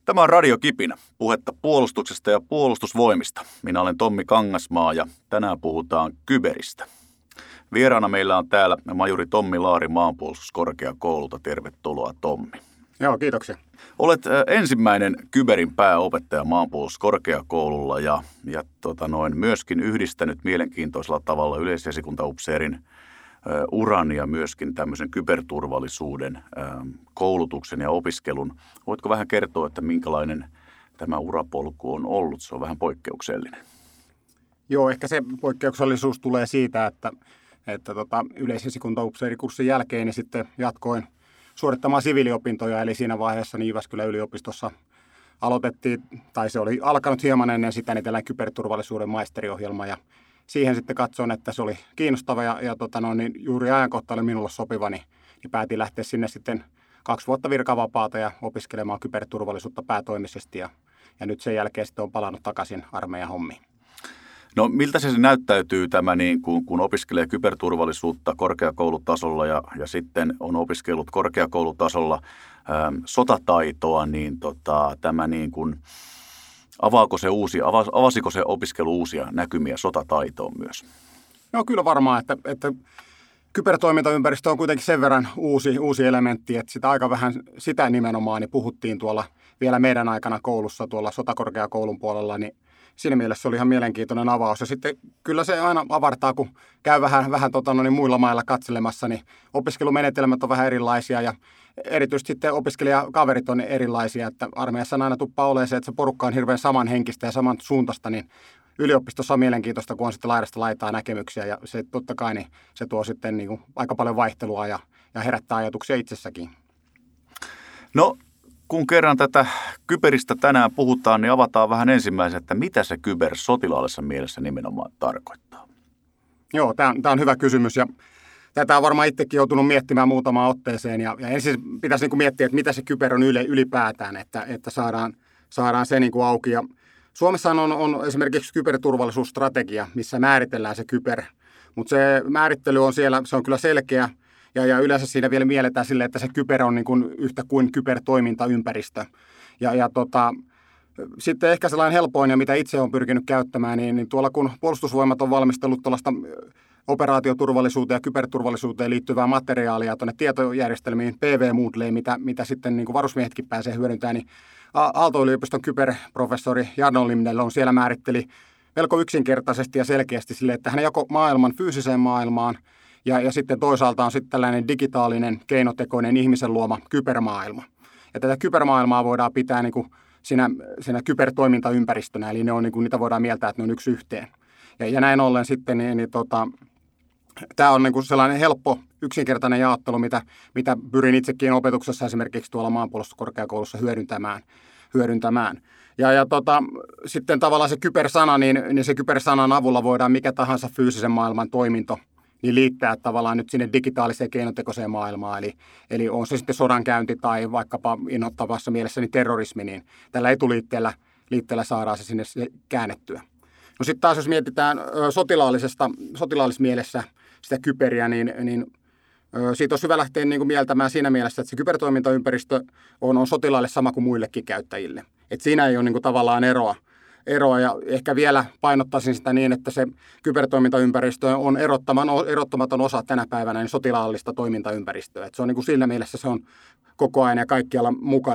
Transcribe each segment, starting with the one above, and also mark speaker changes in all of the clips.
Speaker 1: Tämä on Radio Kipinä, puhetta puolustuksesta ja puolustusvoimista. Minä olen Tommi Kangasmaa ja tänään puhutaan kyberistä. Vieraana meillä on täällä majuri Tommi Laari Maanpuolustuskorkeakoululta. Tervetuloa, Tommi.
Speaker 2: Joo, kiitoksia.
Speaker 1: Olet ensimmäinen kyberin pääopettaja Maanpuolustuskorkeakoululla ja myöskin yhdistänyt mielenkiintoisella tavalla yleisesikuntaupseerin uran ja myöskin tämmöisen kyberturvallisuuden koulutuksen ja opiskelun. Voitko vähän kertoa, että minkälainen tämä urapolku on ollut? Se on vähän poikkeuksellinen.
Speaker 2: Joo, ehkä se poikkeuksellisuus tulee siitä, että yleisesikuntaupseerikurssin jälkeen niin sitten jatkoin suorittamaan siviiliopintoja, eli siinä vaiheessa niin Jyväskylän yliopistossa aloitettiin, tai se oli alkanut hieman ennen sitä, niin tällainen kyberturvallisuuden maisteriohjelma, ja siihen sitten katsoin, että se oli kiinnostava, ja juuri ajankohta oli minulle sopiva, niin päätin lähteä sinne sitten 2 vuotta virkavapaata ja opiskelemaan kyberturvallisuutta päätoimisesti, ja nyt sen jälkeen sitten on palannut takaisin armeijan hommiin.
Speaker 1: No miltä se näyttäytyy tämä, niin kun opiskelee kyberturvallisuutta korkeakoulutasolla ja sitten on opiskellut korkeakoulutasolla sotataitoa, niin tämä niin kuin, avasiko se opiskelu uusia näkymiä sotataitoon myös?
Speaker 2: No kyllä varmaan, että kybertoimintaympäristö on kuitenkin sen verran uusi elementti, että sitä aika vähän sitä nimenomaan niin puhuttiin tuolla vielä meidän aikana koulussa tuolla sotakorkeakoulun puolella, niin siinä mielessä se oli ihan mielenkiintoinen avaus. Ja sitten kyllä se aina avartaa, kun käy vähän muilla mailla katselemassa, niin opiskelumenetelmät on vähän erilaisia ja erityisesti sitten opiskelijakaverit on erilaisia, että armeijassa aina tuppaa olemaan se, että se porukka on hirveän samanhenkistä ja samansuuntaista, niin yliopistossa on mielenkiintoista, kun on sitten laidasta laitaa näkemyksiä ja se totta kai niin se tuo sitten niin kuin aika paljon vaihtelua ja herättää ajatuksia itsessäkin.
Speaker 1: No, kun kerran tätä kyberistä tänään puhutaan, niin avataan vähän ensimmäisenä, että mitä se kyber sotilaallisessa mielessä nimenomaan tarkoittaa?
Speaker 2: Joo, tämä on hyvä kysymys ja tätä on varmaan itsekin joutunut miettimään muutamaan otteeseen ja ensin pitäisi niin kuin miettiä, että mitä se kyber on ylipäätään, että saadaan se niin kuin auki. Ja Suomessa on esimerkiksi kyberturvallisuusstrategia, missä määritellään se kyber, mutta se määrittely on siellä, se on kyllä selkeä. Ja yleensä siinä vielä mielletään sille, että se kyber on niin kuin yhtä kuin kybertoimintaympäristö. Sitten ehkä sellainen helpoin, ja mitä itse olen pyrkinyt käyttämään, niin tuolla kun puolustusvoimat on valmistellut tuollaista operaatioturvallisuuteen ja kyberturvallisuuteen liittyvää materiaalia tuonne tietojärjestelmiin, PV-Moodleen, mitä sitten niin kuin varusmiehetkin pääsee hyödyntämään, niin Aalto-yliopiston kyberprofessori Jarno Limnell on siellä määritteli melko yksinkertaisesti ja selkeästi sille, että hän jako maailman fyysiseen maailmaan, ja sitten toisaalta on sitten tällainen digitaalinen, keinotekoinen, ihmisen luoma kybermaailma. Ja tätä kybermaailmaa voidaan pitää niin kuin siinä kybertoimintaympäristönä, eli ne on, niin kuin, niitä voidaan mieltää, että ne on yksi yhteen. Ja näin ollen sitten, tämä on niin kuin sellainen helppo, yksinkertainen jaottelu, mitä pyrin itsekin opetuksessa esimerkiksi tuolla Maanpuolustuskorkeakoulussa hyödyntämään. Sitten tavallaan se kybersana, niin se kybersanan avulla voidaan mikä tahansa fyysisen maailman toiminto niin liittää tavallaan nyt sinne digitaaliseen keinotekoiseen maailmaan. Eli on se sitten sodankäynti tai vaikkapa inhottavassa mielessä niin terrorismi, niin tällä etuliitteellä saadaan se sinne käännettyä. No sitten taas jos mietitään sotilaallisessa mielessä sitä kyberiä, niin siitä olisi hyvä lähteä niin kuin mieltämään siinä mielessä, että se kybertoimintaympäristö on sotilaille sama kuin muillekin käyttäjille. Et siinä ei ole niin kuin tavallaan eroa ja ehkä vielä painottaisin sitä niin, että se kybertoimintaympäristö on erottamaton osa tänä päivänä niin sotilaallista toimintaympäristöä. Et se on niin kuin siinä mielessä se on koko ajan ja kaikkialla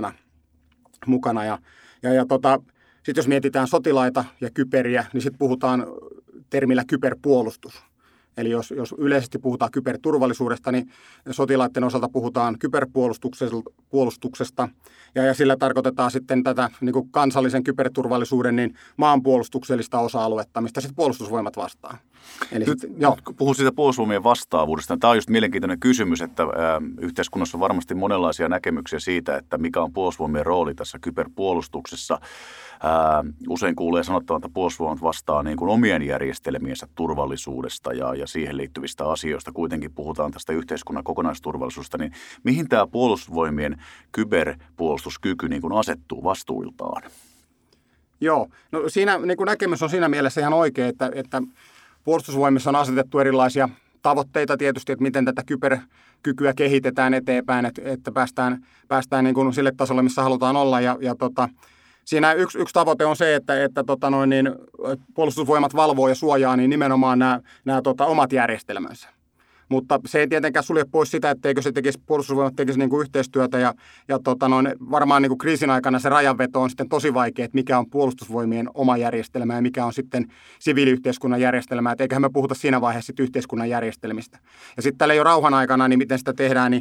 Speaker 2: mukana. Sitten jos mietitään sotilaita ja kyberiä, niin sitten puhutaan termillä kyberpuolustus. Eli jos yleisesti puhutaan kyberturvallisuudesta, niin sotilaiden osalta puhutaan kyberpuolustuksesta, ja sillä tarkoitetaan sitten tätä niin kuin kansallisen kyberturvallisuuden niin maanpuolustuksellista osa-aluetta, mistä sitten puolustusvoimat vastaa.
Speaker 1: Eli puhun siitä puolustusvoimien vastaavuudesta. Tämä on just mielenkiintoinen kysymys, että yhteiskunnassa on varmasti monenlaisia näkemyksiä siitä, että mikä on puolustusvoimien rooli tässä kyberpuolustuksessa. Usein kuulee sanottavan, että puolustusvoimat vastaa niin kuin omien järjestelmiensä turvallisuudesta ja siihen liittyvistä asioista. Kuitenkin puhutaan tästä yhteiskunnan kokonaisturvallisuudesta, niin mihin tämä puolustusvoimien kyberpuolustuskyky niin kuin asettuu vastuiltaan?
Speaker 2: Joo, no siinä niin kuin näkemys on siinä mielessä ihan oikein, että puolustusvoimissa on asetettu erilaisia tavoitteita tietysti, että miten tätä kyberkykyä kehitetään eteenpäin, että päästään niin kuin sille tasolle, missä halutaan olla. Siinä yksi tavoite on se, että puolustusvoimat valvoo ja suojaa niin nimenomaan nämä omat järjestelmänsä. Mutta se ei tietenkään sulje pois sitä, etteikö se puolustusvoimat tekisi niin kuin yhteistyötä varmaan niin kuin kriisin aikana se rajanveto on sitten tosi vaikea, että mikä on puolustusvoimien oma järjestelmä ja mikä on sitten siviiliyhteiskunnan järjestelmä, että eiköhän me puhuta siinä vaiheessa sitten yhteiskunnan järjestelmistä. Ja sitten tällä jo rauhan aikana, niin miten sitä tehdään,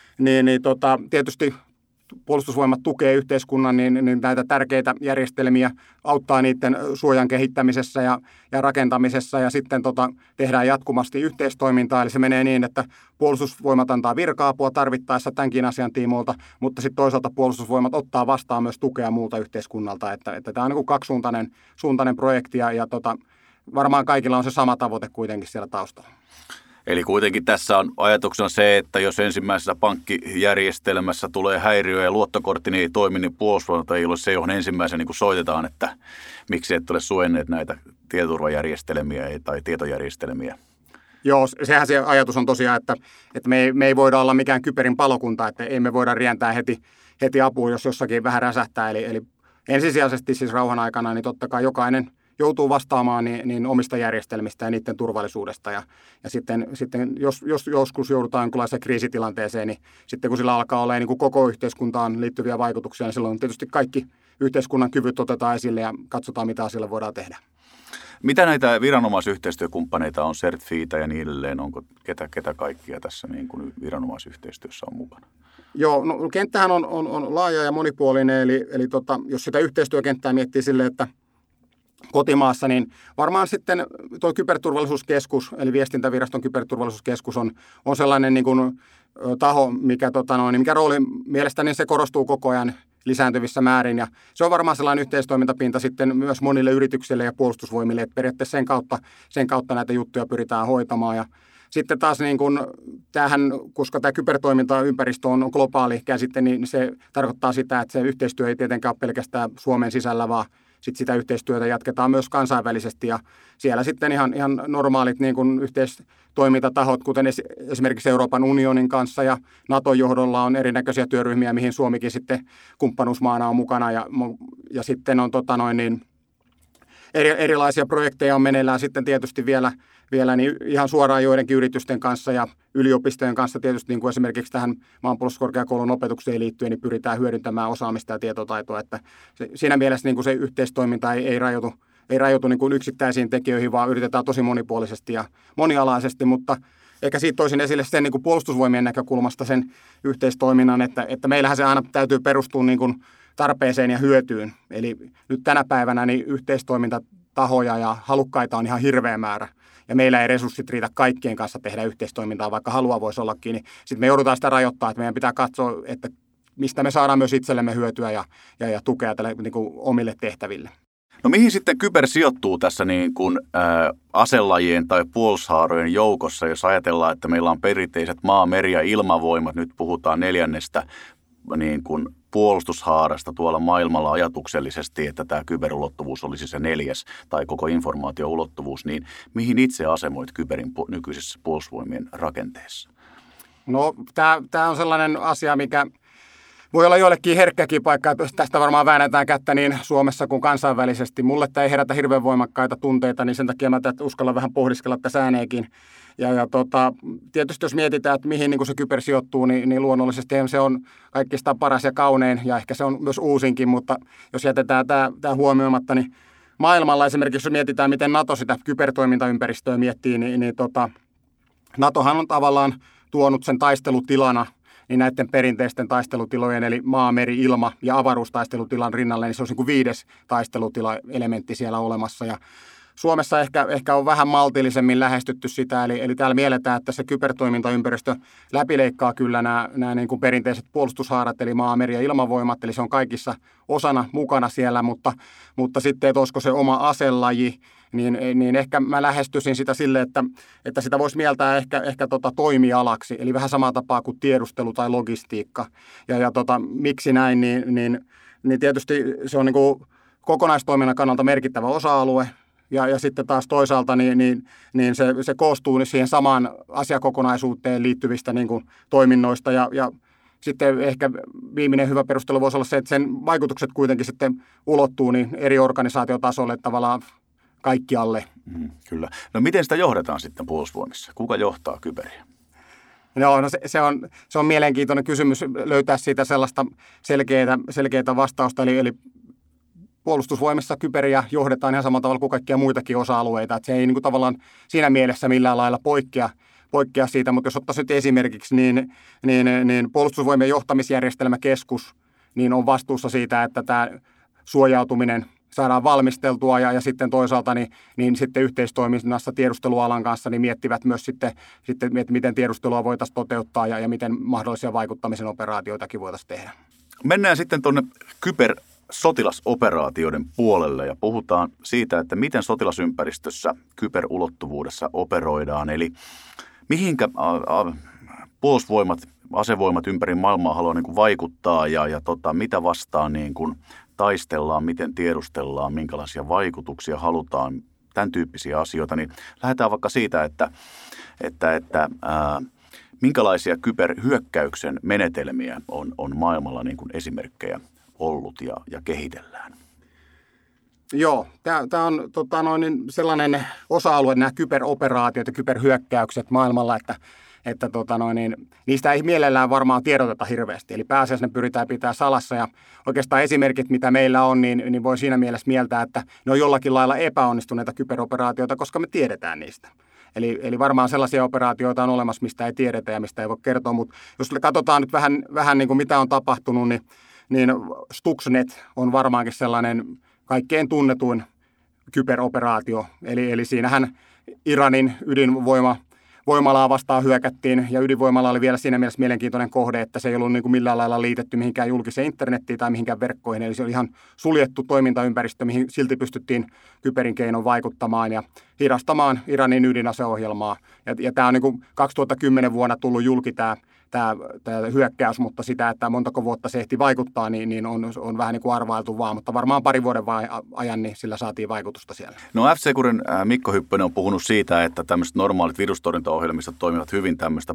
Speaker 2: tietysti puolustusvoimat tukee yhteiskunnan niin näitä tärkeitä järjestelmiä, auttaa niiden suojan kehittämisessä ja rakentamisessa ja sitten tehdään jatkuvasti yhteistoimintaa. Eli se menee niin, että puolustusvoimat antaa virka-apua tarvittaessa tämänkin asian tiimoilta, mutta sitten toisaalta puolustusvoimat ottaa vastaan myös tukea muulta yhteiskunnalta. Että tämä on niin kuin kaksisuuntainen projekti ja varmaan kaikilla on se sama tavoite kuitenkin siellä taustalla.
Speaker 1: Eli kuitenkin tässä on ajatuksena se, että jos ensimmäisessä pankkijärjestelmässä tulee häiriö ja luottokortti ei toimi, niin puolustusvoimat ei ole se, johon ensimmäisenä niin soitetaan, että miksi et ole suojanneet näitä tietoturvajärjestelmiä tai tietojärjestelmiä.
Speaker 2: Joo, sehän se ajatus on tosiaan, että me ei voida olla mikään kyberin palokunta, että ei me voida rientää heti apuun, jos jossakin vähän räsähtää. Eli ensisijaisesti siis rauhan aikana, niin totta kai jokainen joutuu vastaamaan niin omista järjestelmistä ja niiden turvallisuudesta. Ja sitten jos joskus joudutaan jonkinlaiseen kriisitilanteeseen, niin sitten kun sillä alkaa olla niin kuin koko yhteiskuntaan liittyviä vaikutuksia, niin silloin tietysti kaikki yhteiskunnan kyvyt otetaan esille ja katsotaan, mitä asialle voidaan tehdä.
Speaker 1: Mitä näitä viranomaisyhteistyökumppaneita on, CERT-FIitä ja niin edelleen? Onko ketä kaikkia tässä niin kuin viranomaisyhteistyössä on mukana?
Speaker 2: Joo, no kenttähän on laaja ja monipuolinen, eli jos sitä yhteistyökenttää miettii silleen, että kotimaassa, niin varmaan sitten tuo kyberturvallisuuskeskus, eli viestintäviraston kyberturvallisuuskeskus on sellainen niin kuin taho, mikä rooli mielestäni se korostuu koko ajan lisääntyvissä määrin. Ja se on varmaan sellainen yhteistoimintapinta sitten myös monille yrityksille ja puolustusvoimille, että periaatteessa sen kautta näitä juttuja pyritään hoitamaan. Ja sitten taas niin kun koska tämä kybertoimintaympäristö on globaali käsite, niin se tarkoittaa sitä, että se yhteistyö ei tietenkään ole pelkästään Suomen sisällä, vaan sitten sitä yhteistyötä jatketaan myös kansainvälisesti ja siellä sitten ihan normaalit niin kuin yhteistoimintatahot, kuten esimerkiksi Euroopan unionin kanssa ja Naton johdolla on erinäköisiä työryhmiä, mihin Suomikin sitten kumppanuusmaana on mukana ja sitten on erilaisia projekteja on meneillään sitten tietysti vielä niin ihan suoraan joidenkin yritysten kanssa ja yliopistojen kanssa tietysti niin kuin esimerkiksi tähän maanpuolustuskorkeakoulun opetukseen liittyen niin pyritään hyödyntämään osaamista ja tietotaitoa, että siinä mielessä niin kuin se yhteistoiminta ei rajoitu niin kuin yksittäisiin tekijöihin, vaan yritetään tosi monipuolisesti ja monialaisesti, mutta ehkä siitä toisin esille sen niin kuin puolustusvoimien näkökulmasta sen yhteistoiminnan, että meillähän se aina täytyy perustua niin kuin tarpeeseen ja hyötyyn. Eli nyt tänä päivänä niin yhteistoimintatahoja ja halukkaita on ihan hirveä määrä. Ja meillä ei resurssit riitä kaikkien kanssa tehdä yhteistoimintaa, vaikka halua voisi ollakin. Niin sitten me joudutaan sitä rajoittaa, että meidän pitää katsoa, että mistä me saadaan myös itsellemme hyötyä ja tukea tälle niin kuin omille tehtäville.
Speaker 1: No mihin sitten kyber sijoittuu tässä niin kuin aselajien tai puolustushaarojen joukossa, jos ajatellaan, että meillä on perinteiset maa-, meri- ja ilmavoimat, nyt puhutaan 4. niin kuin puolustushaarasta tuolla maailmalla ajatuksellisesti, että tämä kyberulottuvuus olisi se 4. tai koko informaatioulottuvuus, niin mihin itse asemoit kyberin nykyisessä puolustusvoimien rakenteessa?
Speaker 2: No tämä on sellainen asia, mikä voi olla joillekin herkkäkin paikka, että tästä varmaan väännetään kättä niin Suomessa kuin kansainvälisesti. Mulle tämä ei herätä hirveän voimakkaita tunteita, niin sen takia mä uskallan vähän pohdiskella tässä ääneenkin. Tietysti jos mietitään, että mihin niin kuin se kyber sijoittuu, niin luonnollisesti se on kaikista paras ja kaunein, ja ehkä se on myös uusinkin, mutta jos jätetään tämä huomioimatta, niin maailmalla esimerkiksi jos mietitään, miten NATO sitä kybertoimintaympäristöä miettii, niin NATOhan on tavallaan tuonut sen taistelutilana niin näiden perinteisten taistelutilojen, eli maa, meri, ilma ja avaruustaistelutilan rinnalle, niin se on niin kuin 5. taistelutila-elementti siellä olemassa. Ja Suomessa ehkä on vähän maltillisemmin lähestytty sitä, eli täällä mielletään, että se kybertoimintaympäristö läpileikkaa kyllä nämä niin kuin perinteiset puolustushaarat, eli maa, meri ja ilmavoimat, eli se on kaikissa osana mukana siellä, mutta sitten, että olisiko se oma aselaji, niin ehkä mä lähestyisin sitä sille, että sitä voisi mieltää ehkä toimialaksi, eli vähän samaa tapaa kuin tiedustelu tai logistiikka. Miksi näin, niin tietysti se on niin kuin kokonaistoiminnan kannalta merkittävä osa-alue. ja sitten taas toisaalta niin se koostuu siihen samaan asiakokonaisuuteen liittyvistä niin kuin toiminnoista ja sitten ehkä viimeinen hyvä perustelu voisi olla se, että sen vaikutukset kuitenkin sitten ulottuu niin eri organisaatiotasolle tavallaan kaikkialle.
Speaker 1: Kyllä. No miten sitä johdetaan sitten Puolustusvoimissa? Kuka johtaa kyberiä?
Speaker 2: No se on mielenkiintoinen kysymys löytää siitä sellaista selkeää vastausta, eli Puolustusvoimissa kyberiä johdetaan ihan samalla tavalla kuin kaikkia muitakin osa-alueita, että se ei niin kuin tavallaan siinä mielessä millään lailla poikkea siitä, mutta jos ottaisiin nyt esimerkiksi, niin Puolustusvoimien johtamisjärjestelmäkeskus niin on vastuussa siitä, että tämä suojautuminen saadaan valmisteltua ja sitten toisaalta niin sitten yhteistoiminnassa tiedustelualan kanssa niin miettivät myös sitten miten tiedustelua voitaisiin toteuttaa ja miten mahdollisia vaikuttamisen operaatioitakin voitaisiin tehdä.
Speaker 1: Mennään sitten tuonne kybersotilasoperaatioiden puolelle ja puhutaan siitä, että miten sotilasympäristössä kyberulottuvuudessa operoidaan. Eli mihinkä puolustusvoimat, asevoimat ympäri maailmaa haluaa niin kuin vaikuttaa ja mitä vastaan niin kuin taistellaan, miten tiedustellaan, minkälaisia vaikutuksia halutaan, tämän tyyppisiä asioita, niin lähdetään vaikka siitä, että minkälaisia kyberhyökkäyksen menetelmiä on maailmalla niin kuin esimerkkejä ollut ja kehitellään.
Speaker 2: Joo, tämä on sellainen osa-alue, nämä kyberoperaatiot ja kyberhyökkäykset maailmalla, että niistä ei mielellään varmaan tiedoteta hirveästi. Eli pääasiassa ne pyritään pitää salassa ja oikeastaan esimerkit, mitä meillä on, niin voi siinä mielessä mieltää, että ne on jollakin lailla epäonnistuneita kyberoperaatioita, koska me tiedetään niistä. Eli varmaan sellaisia operaatioita on olemassa, mistä ei tiedetä ja mistä ei voi kertoa, mutta jos katsotaan nyt vähän niin kuin mitä on tapahtunut, niin Stuxnet on varmaankin sellainen kaikkein tunnetuin kyberoperaatio. Eli siinähän Iranin ydinvoimalaa vastaan hyökättiin, ja ydinvoimala oli vielä siinä mielessä mielenkiintoinen kohde, että se ei ollut niin kuin millään lailla liitetty mihinkään julkiseen internettiin tai mihinkään verkkoihin, eli se oli ihan suljettu toimintaympäristö, mihin silti pystyttiin kyberin keinoin vaikuttamaan ja hidastamaan Iranin ydinaseohjelmaa. Ja tämä on niin kuin 2010 vuonna tullut julki tämä hyökkäys, mutta sitä, että montako vuotta se ehti vaikuttaa, niin on vähän niin kuin arvailtu vaan, mutta varmaan parin vuoden ajan niin sillä saatiin vaikutusta siellä.
Speaker 1: No F-Securen Mikko Hyppönen on puhunut siitä, että tämmöiset normaalit virustorjuntaohjelmistot toimivat hyvin tämmöistä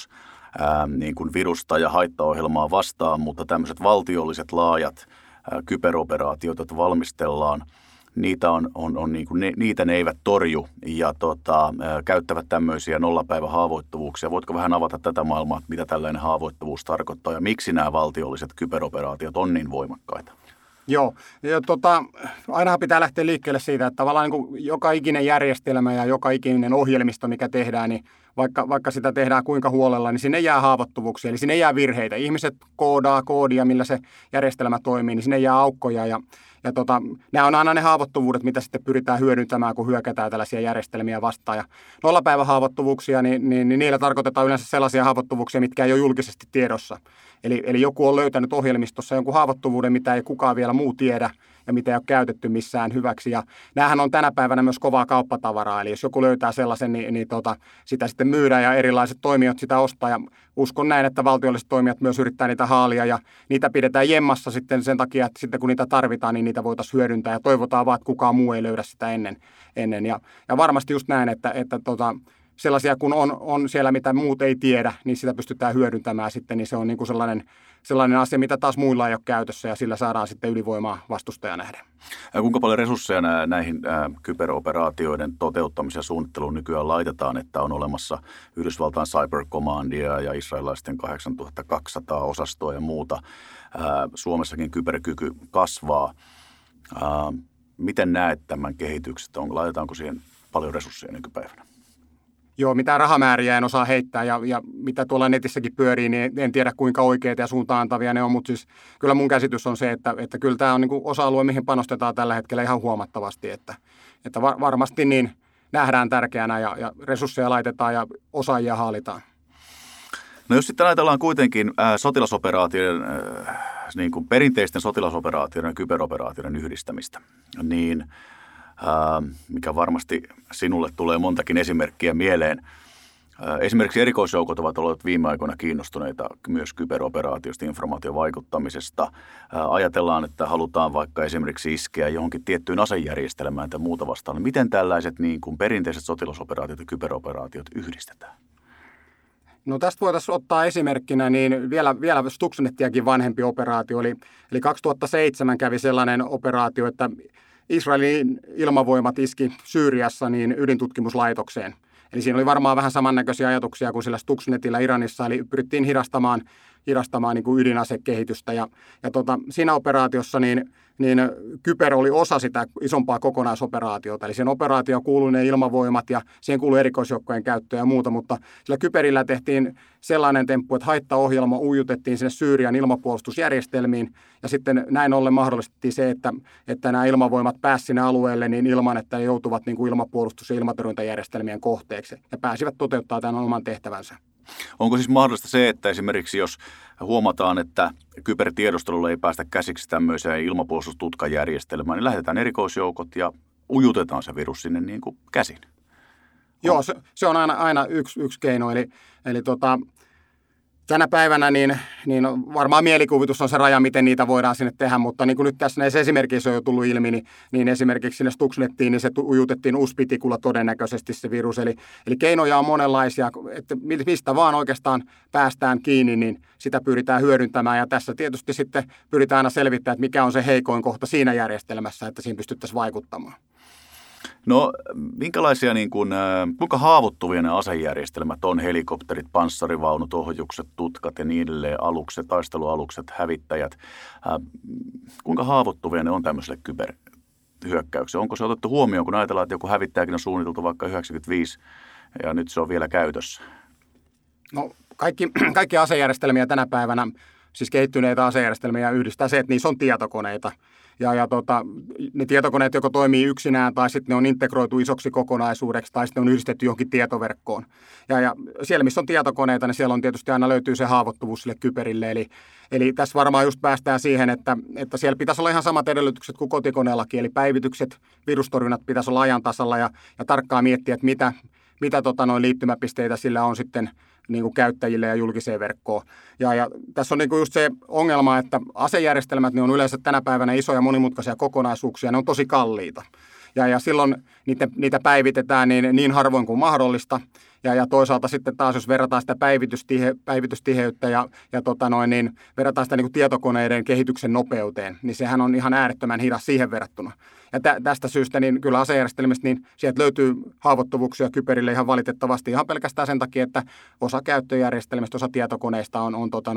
Speaker 1: niin kuin virusta ja haittaohjelmaa vastaan, mutta tämmöiset valtiolliset laajat kyberoperaatiot, joita valmistellaan, niitä niin kuin niitä ne eivät torju ja käyttävät tämmöisiä nollapäivähaavoittuvuuksia. Voitko vähän avata tätä maailmaa, mitä tällainen haavoittuvuus tarkoittaa ja miksi nämä valtiolliset kyberoperaatiot on niin voimakkaita?
Speaker 2: Joo, ja ainahan pitää lähteä liikkeelle siitä, että tavallaan niin kuin joka ikinen järjestelmä ja joka ikinen ohjelmisto, mikä tehdään, niin vaikka sitä tehdään kuinka huolella, niin sinne jää haavoittuvuuksia, eli sinne jää virheitä. Ihmiset koodaa koodia, millä se järjestelmä toimii, niin sinne jää aukkoja ja nämä on aina ne haavoittuvuudet, mitä sitten pyritään hyödyntämään, kun hyökätään tällaisia järjestelmiä vastaan. Ja nollapäivähaavoittuvuuksia, niin niillä tarkoitetaan yleensä sellaisia haavoittuvuuksia, mitkä ei ole julkisesti tiedossa. Eli joku on löytänyt ohjelmistossa jonkun haavoittuvuuden, mitä ei kukaan vielä muu tiedä ja mitä ei ole käytetty missään hyväksi. Ja näähän on tänä päivänä myös kovaa kauppatavaraa, eli jos joku löytää sellaisen, niin sitä sitten myydään ja erilaiset toimijat sitä ostaa. Ja uskon näin, että valtiolliset toimijat myös yrittää niitä haalia ja niitä pidetään jemmassa sitten sen takia, että sitten kun niitä tarvitaan, niin niitä voitaisiin hyödyntää ja toivotaan vaan, että kukaan muu ei löydä sitä ennen. Ja varmasti just näin, että sellaisia kun on siellä, mitä muut ei tiedä, niin sitä pystytään hyödyntämään sitten, niin se on niin kuin sellainen asia, mitä taas muilla ei ole käytössä ja sillä saadaan sitten ylivoimaa vastustaja nähdä.
Speaker 1: Kuinka paljon resursseja näihin kyberoperaatioiden toteuttamiseen ja suunnitteluun nykyään laitetaan, että on olemassa Yhdysvaltain Cyber Commandia ja israelilaisten 8200 osastoa ja muuta. Suomessakin kyberkyky kasvaa. Miten näet tämän kehitykset? Laitetaanko siihen paljon resursseja nykypäivänä?
Speaker 2: Joo, mitään rahamääriä en osaa heittää ja mitä tuolla netissäkin pyörii, niin en tiedä kuinka oikeita ja suuntaantavia ne on, mutta siis kyllä mun käsitys on se, että kyllä tämä on niin kuin osa-alue, mihin panostetaan tällä hetkellä ihan huomattavasti, että varmasti niin nähdään tärkeänä ja resursseja laitetaan ja osaajia haalitaan.
Speaker 1: No jos sitten ajatellaan kuitenkin sotilasoperaatioiden, niin kuin perinteisten sotilasoperaatioiden ja kyberoperaatioiden yhdistämistä, niin mikä varmasti sinulle tulee montakin esimerkkiä mieleen. Esimerkiksi erikoisjoukot ovat olleet viime aikoina kiinnostuneita myös kyberoperaatiosta, informaatiovaikuttamisesta. Ajatellaan, että halutaan vaikka esimerkiksi iskeä johonkin tiettyyn asejärjestelmään tai muuta vastaan. Miten tällaiset niin kuin perinteiset sotilasoperaatiot ja kyberoperaatiot yhdistetään?
Speaker 2: No tästä voitaisiin ottaa esimerkkinä niin vielä Stuxnetiakin vanhempi operaatio. Eli 2007 kävi sellainen operaatio, että Israelin ilmavoimat iski Syyriassa niin ydintutkimuslaitokseen. Eli siinä oli varmaan vähän samannäköisiä ajatuksia kuin sillä Stuxnetillä Iranissa, eli pyrittiin hidastamaan niin kuin ydinasekehitystä. Ja siinä operaatiossa niin kyber oli osa sitä isompaa kokonaisoperaatiota. Eli sen operaatioon kuului ne ilmavoimat ja siihen kuului erikoisjoukkojen käyttöä ja muuta, mutta sillä kyberillä tehtiin sellainen temppu, että haittaohjelma ujutettiin sinne Syyrian ilmapuolustusjärjestelmiin ja sitten näin ollen mahdollistettiin se, että nämä ilmavoimat pääsivät sinne alueelle niin ilman, että ne joutuvat niin kuin ilmapuolustus- ja ilmatorjuntajärjestelmien kohteeksi ja pääsivät toteuttamaan tämän oman tehtävänsä.
Speaker 1: Onko siis mahdollista se, että esimerkiksi jos huomataan, että kybertiedustelulla ei päästä käsiksi tämmöiseen ilmapuolustustutkajärjestelmään, niin lähetetään erikoisjoukot ja ujutetaan se virus sinne niin kuin käsin?
Speaker 2: Joo, se on aina yksi keino. Eli tänä päivänä niin varmaan mielikuvitus on se raja, miten niitä voidaan sinne tehdä, mutta niin kuin nyt tässä näissä esimerkiksi on jo tullut ilmi, niin esimerkiksi sinne Stuxnettiin niin se ujutettiin USB-tikulla todennäköisesti se virus. Eli keinoja on monenlaisia, että mistä vaan oikeastaan päästään kiinni, niin sitä pyritään hyödyntämään. Ja tässä tietysti sitten pyritään aina selvittämään, että mikä on se heikoin kohta siinä järjestelmässä, että siinä pystyttäisiin vaikuttamaan.
Speaker 1: No, minkälaisia, kuinka haavoittuvia ne asejärjestelmät on, helikopterit, panssarivaunut, ohjukset, tutkat ja niin edelleen, alukset, taistelualukset, hävittäjät, kuinka haavoittuvia ne on tämmöiselle kyberhyökkäykselle? Onko se otettu huomioon, kun ajatellaan, että joku hävittäjäkin on suunniteltu vaikka 95 ja nyt se on vielä käytössä?
Speaker 2: No, kaikki asejärjestelmiä tänä päivänä, siis kehittyneitä asejärjestelmiä yhdistää se, että niissä on tietokoneita. Ja ne tietokoneet joko toimii yksinään tai sitten ne on integroitu isoksi kokonaisuudeksi tai sitten ne on yhdistetty johonkin tietoverkkoon. Ja siellä, missä on tietokoneita, niin siellä on tietysti aina löytyy se haavoittuvuus sille kyberille. Eli tässä varmaan just päästään siihen, että siellä pitäisi olla ihan samat edellytykset kuin kotikoneellakin. Eli päivitykset, virustorjunnat pitäisi olla ajan tasalla ja tarkkaan miettiä, että mitä liittymäpisteitä sillä on sitten niin kuin käyttäjille ja julkiseen verkkoon. Ja tässä on niin kuin just se ongelma, että asejärjestelmät ne on yleensä tänä päivänä isoja monimutkaisia kokonaisuuksia, ne on tosi kalliita. Ja silloin niitä päivitetään niin harvoin kuin mahdollista. Ja toisaalta sitten taas, jos verrataan sitä päivitystiheyttä ja verrataan sitä niin kuin tietokoneiden kehityksen nopeuteen, niin sehän on ihan äärettömän hidas siihen verrattuna. Ja tästä syystä niin kyllä asejärjestelmistä niin sieltä löytyy haavoittuvuuksia kyberille ihan valitettavasti ihan pelkästään sen takia, että osa käyttöjärjestelmistä, osa tietokoneista on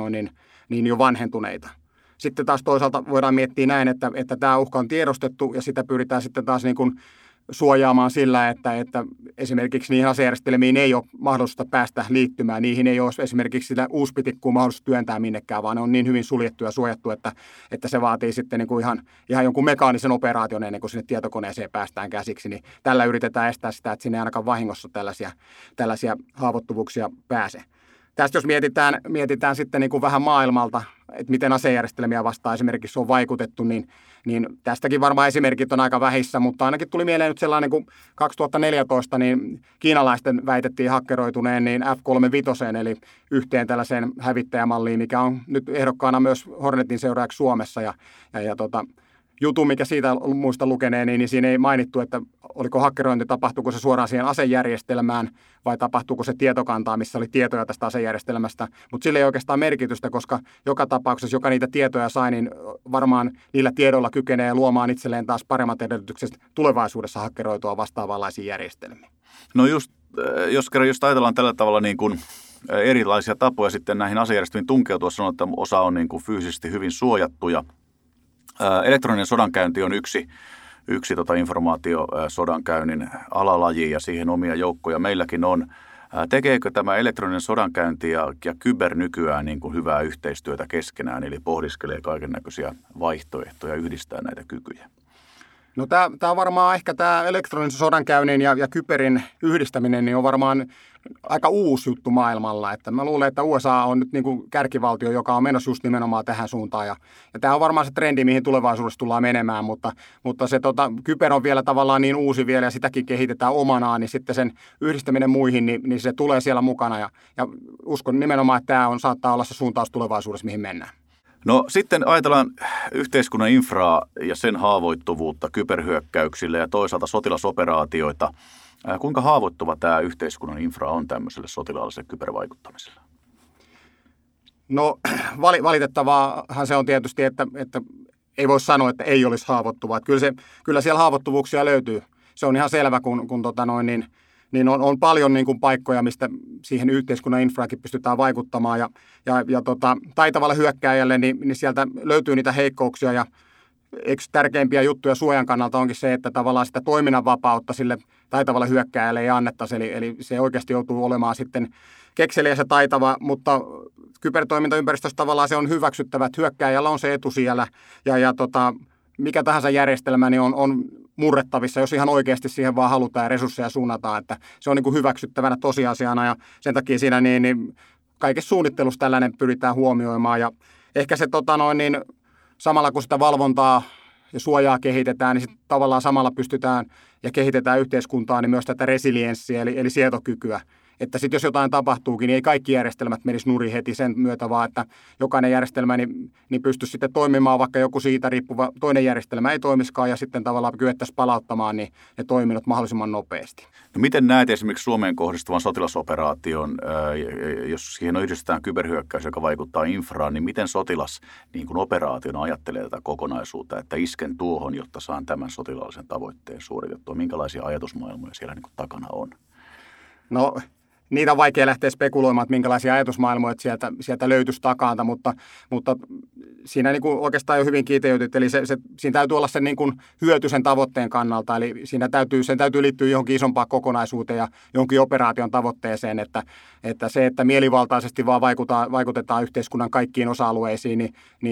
Speaker 2: jo vanhentuneita. Sitten taas toisaalta voidaan miettiä näin, että tämä uhka on tiedostettu ja sitä pyritään sitten taas niin kuin suojaamaan sillä, että esimerkiksi niihin asejärjestelmiin ei ole mahdollista päästä liittymään. Niihin ei ole esimerkiksi sitä USB-tikkua mahdollista työntää minnekään, vaan ne on niin hyvin suljettu ja suojattu, että se vaatii sitten niin kuin ihan jonkun mekaanisen operaation ennen kuin sinne tietokoneeseen päästään käsiksi. Niin tällä yritetään estää sitä, että sinne ei ainakaan vahingossa tällaisia haavoittuvuuksia pääse. Tästä jos mietitään sitten niin kuin vähän maailmalta, että miten asejärjestelmiä vastaan esimerkiksi on vaikutettu, niin tästäkin varmaan esimerkit on aika vähissä, mutta ainakin tuli mieleen nyt sellainen, kun 2014 niin kiinalaisten väitettiin hakkeroituneen niin F-35, eli yhteen tällaiseen hävittäjämalliin, mikä on nyt ehdokkaana myös Hornetin seuraajaksi Suomessa jutun, mikä siitä muista lukeneen, niin siinä ei mainittu, että oliko hakkerointi, tapahtuuko se suoraan siihen asejärjestelmään vai tapahtuuko se tietokantaa, missä oli tietoja tästä asejärjestelmästä. Mutta sillä ei oikeastaan merkitystä, koska joka tapauksessa, joka niitä tietoja sai, niin varmaan niillä tiedoilla kykenee luomaan itselleen taas paremmat edellytykset tulevaisuudessa hakkeroitua vastaavanlaisia järjestelmiä.
Speaker 1: No just, jos ajatellaan tällä tavalla niin kuin erilaisia tapoja sitten näihin asejärjestelmiin tunkeutua, sanotaan, että osa on niin kuin fyysisesti hyvin suojattuja. Elektroninen sodankäynti on yksi informaatiosodankäynnin alalaji ja siihen omia joukkoja meilläkin on. Tekeekö tämä elektroninen sodankäynti ja kyber nykyään niin kuin hyvää yhteistyötä keskenään, eli pohdiskelee kaikennäköisiä vaihtoehtoja yhdistää näitä kykyjä?
Speaker 2: No tämä on varmaan ehkä tämä elektronisen sodankäynnin ja kyberin yhdistäminen niin on varmaan aika uusi juttu maailmalla. Että mä luulen, että USA on nyt niin kuin kärkivaltio, joka on menossa just nimenomaan tähän suuntaan. Ja tämä on varmaan se trendi, mihin tulevaisuudessa tullaan menemään, mutta se kyber on vielä tavallaan niin uusi vielä ja sitäkin kehitetään omanaan, niin sitten sen yhdistäminen muihin, niin se tulee siellä mukana. Ja uskon nimenomaan, että tämä saattaa olla se suuntaus tulevaisuudessa, mihin mennään.
Speaker 1: No sitten ajatellaan yhteiskunnan infraa ja sen haavoittuvuutta kyberhyökkäyksille ja toisaalta sotilasoperaatioita. Kuinka haavoittuva tämä yhteiskunnan infra on tämmöiselle sotilaalliselle kybervaikuttamiselle?
Speaker 2: No valitettavaahan se on tietysti, että ei voi sanoa, että ei olisi haavoittuvaa. Kyllä siellä haavoittuvuuksia löytyy. Se on ihan selvä, kun niin on paljon niin kuin paikkoja, mistä siihen yhteiskunnan infraakin pystytään vaikuttamaan. Ja taitavalle hyökkääjälle, niin sieltä löytyy niitä heikkouksia. Ja yksi tärkeimpiä juttuja suojan kannalta onkin se, että tavallaan sitä toiminnan vapautta sille taitavalle hyökkääjälle ei annettaisi. Eli se oikeasti joutuu olemaan sitten kekseliäs ja taitava, mutta kybertoimintaympäristössä tavallaan se on hyväksyttävä, että hyökkääjällä on se etu siellä. Mikä tahansa järjestelmä niin on murrettavissa, jos ihan oikeasti siihen vaan halutaan ja resursseja suunnataan, että se on niin kuin hyväksyttävänä tosiasiana ja sen takia siinä niin kaikessa suunnittelussa tällainen pyritään huomioimaan ja ehkä se samalla kun sitä valvontaa ja suojaa kehitetään, niin sitten tavallaan samalla pystytään ja kehitetään yhteiskuntaa niin myös tätä resilienssiä eli sietokykyä. Että sitten jos jotain tapahtuukin, niin ei kaikki järjestelmät menisi nurin heti sen myötä, vaan että jokainen järjestelmä niin pystyisi sitten toimimaan, vaikka joku siitä riippuva toinen järjestelmä ei toimiskaan ja sitten tavallaan kyettäisiin palauttamaan niin ne toiminnot mahdollisimman nopeasti. No
Speaker 1: miten näet esimerkiksi Suomeen kohdistuvan sotilasoperaation, jos siihen yhdistetään kyberhyökkäys, joka vaikuttaa infraan, niin miten sotilas niin kuin operaationa ajattelee tätä kokonaisuutta, että isken tuohon, jotta saan tämän sotilaallisen tavoitteen suoritettua? Minkälaisia ajatusmaailmoja siellä niin kuin takana on?
Speaker 2: No niitä on vaikea lähteä spekuloimaan, että minkälaisia ajatusmaailmoja sieltä löytyisi takaa, mutta siinä niin kuin oikeastaan jo hyvin kiteytyt, eli siinä täytyy olla se niin kuin hyöty sen tavoitteen kannalta, eli sen täytyy liittyä johonkin isompaan kokonaisuuteen ja johonkin operaation tavoitteeseen, että se, että mielivaltaisesti vaan vaikutetaan yhteiskunnan kaikkiin osa-alueisiin,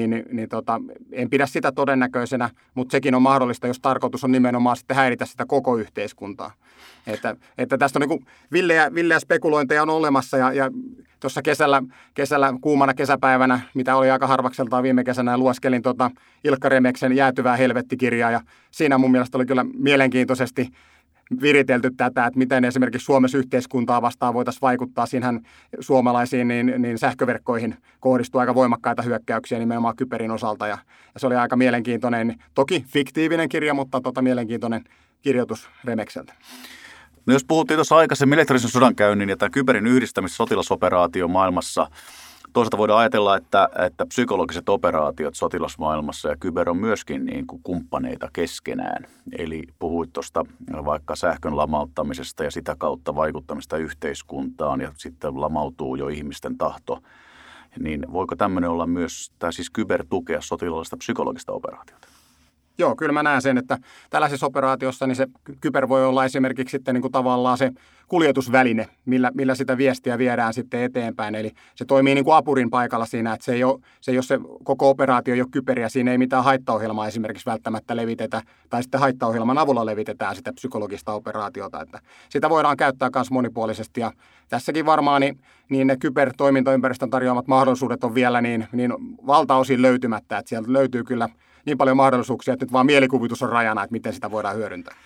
Speaker 2: en pidä sitä todennäköisenä, mutta sekin on mahdollista, jos tarkoitus on nimenomaan sitten häiritä sitä koko yhteiskuntaa. Että tästä on niin kuin villeä spekulointeja on olemassa ja tuossa kesällä kuumana kesäpäivänä, mitä oli aika harvakseltaan viime kesänä, lueskelin Ilkka Remeksen Jäätyvää helvettikirjaa ja siinä mun mielestä oli kyllä mielenkiintoisesti viritelty tätä, että miten esimerkiksi Suomessa yhteiskuntaa vastaan voitaisiin vaikuttaa. Siinähän suomalaisiin niin sähköverkkoihin kohdistuu aika voimakkaita hyökkäyksiä nimenomaan kyberin osalta ja se oli aika mielenkiintoinen, toki fiktiivinen kirja, mutta mielenkiintoinen kirjoitus Remekseltä.
Speaker 1: No jos puhuttiin tuossa aikaisemmin elektronisen sodankäynnin ja tämän kyberin yhdistämistä sotilasoperaatio maailmassa, toisaalta voidaan ajatella, että psykologiset operaatiot sotilasmaailmassa ja kyber on myöskin niin kuin kumppaneita keskenään. Eli puhuit tuosta vaikka sähkön lamauttamisesta ja sitä kautta vaikuttamista yhteiskuntaan ja sitten lamautuu jo ihmisten tahto. Niin voiko tämmöinen olla myös, tai siis kyber tukea sotilaallista psykologista operaatiota?
Speaker 2: Joo, kyllä mä näen sen, että tällaisessa operaatiossa niin se kyber voi olla esimerkiksi sitten niin kuin tavallaan se kuljetusväline, millä sitä viestiä viedään sitten eteenpäin. Eli se toimii niin kuin apurin paikalla siinä, että se ei ole se koko operaatio ei ole kyberiä, siinä ei mitään haittaohjelmaa esimerkiksi välttämättä levitetä, tai sitten haittaohjelman avulla levitetään sitä psykologista operaatiota, että sitä voidaan käyttää myös monipuolisesti, ja tässäkin varmaan niin ne kybertoimintaympäristön tarjoamat mahdollisuudet on vielä niin valtaosin löytymättä, että sieltä löytyy kyllä niin paljon mahdollisuuksia, että nyt vaan mielikuvitus on rajana, että miten sitä voidaan hyödyntää.